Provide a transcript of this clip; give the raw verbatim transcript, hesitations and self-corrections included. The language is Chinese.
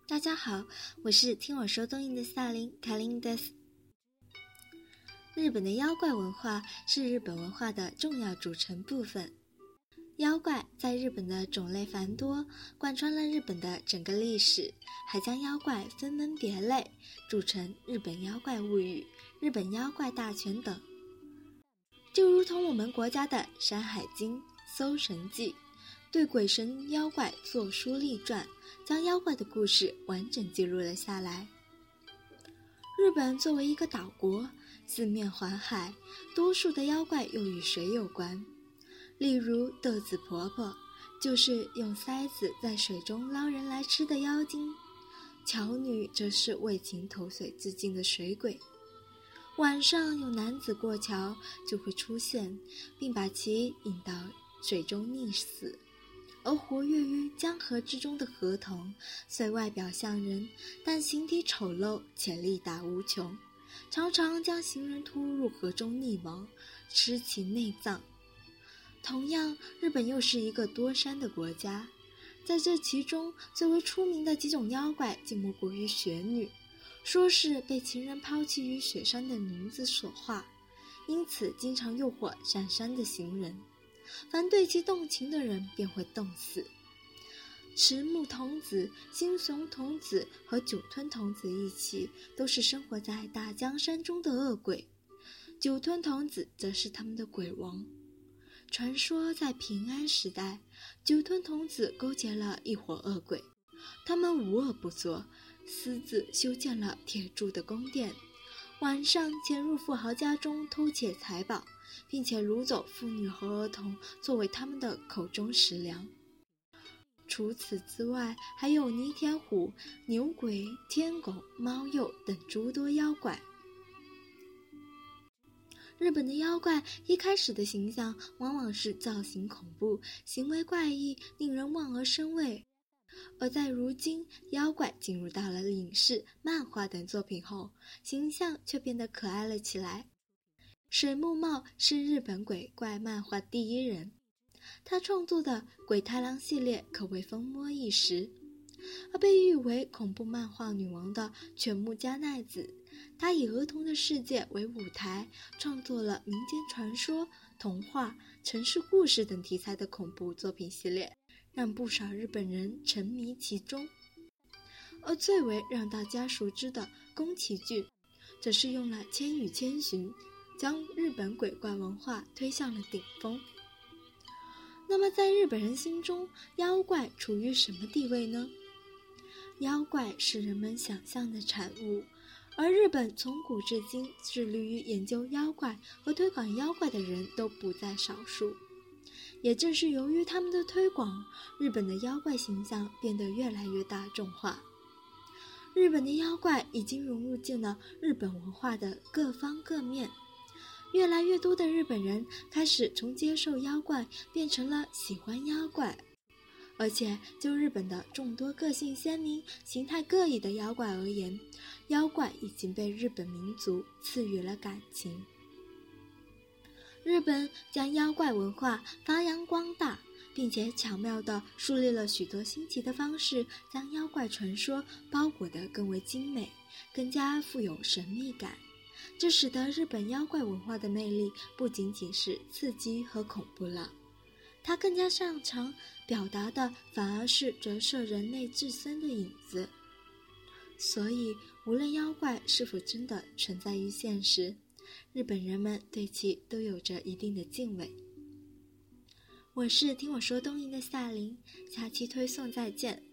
大家好，我是听我说东印的萨林卡林德斯。日本的妖怪文化是日本文化的重要组成部分。妖怪在日本的种类繁多，贯穿了日本的整个历史，还将妖怪分门别类，组成日本妖怪物语、日本妖怪大全等。就如同我们国家的《山海经》《搜神记》，对鬼神妖怪作书立传，将妖怪的故事完整记录了下来。日本作为一个岛国，四面环海，多数的妖怪又与水有关。例如豆子婆婆，就是用塞子在水中捞人来吃的妖精；巧女则是为情投水自尽的水鬼。晚上有男子过桥就会出现，并把其引到水中溺死。而活跃于江河之中的河童，虽外表像人，但形体丑陋且力大无穷，常常将行人拖入河中溺亡，吃其内脏。同样，日本又是一个多山的国家，在这其中最为出名的几种妖怪，竟莫过于雪女，说是被情人抛弃于雪山的女子所化，因此经常诱惑上山的行人。凡对其动情的人便会冻死。迟木童子、新雄童子和酒吞童子一起，都是生活在大江山中的恶鬼。酒吞童子则是他们的鬼王。传说在平安时代，酒吞童子勾结了一伙恶鬼，他们无恶不作，私自修建了铁铸的宫殿，晚上潜入富豪家中偷窃财宝，并且掳走妇女和儿童作为他们的口中食粮。除此之外，还有泥田虎、牛鬼、天狗、猫鼬等诸多妖怪。日本的妖怪一开始的形象往往是造型恐怖、行为怪异，令人望而生畏。而在如今，妖怪进入到了影视、漫画等作品后，形象却变得可爱了起来。水木茂是日本鬼怪漫画第一人，他创作的鬼太郎系列可谓风靡一时。而被誉为恐怖漫画女王的犬木加奈子，她以儿童的世界为舞台，创作了民间传说、童话、城市故事等题材的恐怖作品系列，让不少日本人沉迷其中。而最为让大家熟知的宫崎骏，则是用了《千与千寻》将日本鬼怪文化推向了顶峰。那么在日本人心中，妖怪处于什么地位呢？妖怪是人们想象的产物，而日本从古至今致力于研究妖怪和推广妖怪的人都不在少数。也正是由于他们的推广，日本的妖怪形象变得越来越大众化。日本的妖怪已经融入进了日本文化的各方各面，越来越多的日本人开始从接受妖怪变成了喜欢妖怪。而且就日本的众多个性鲜明、形态各异的妖怪而言，妖怪已经被日本民族赐予了感情。日本将妖怪文化发扬光大，并且巧妙地树立了许多新奇的方式，将妖怪传说包裹得更为精美，更加富有神秘感。这使得日本妖怪文化的魅力不仅仅是刺激和恐怖了，它更加擅长表达的反而是折射人类自身的影子。所以无论妖怪是否真的存在于现实，日本人们对其都有着一定的敬畏。我是听我说东瀛的萨林，下期推送再见。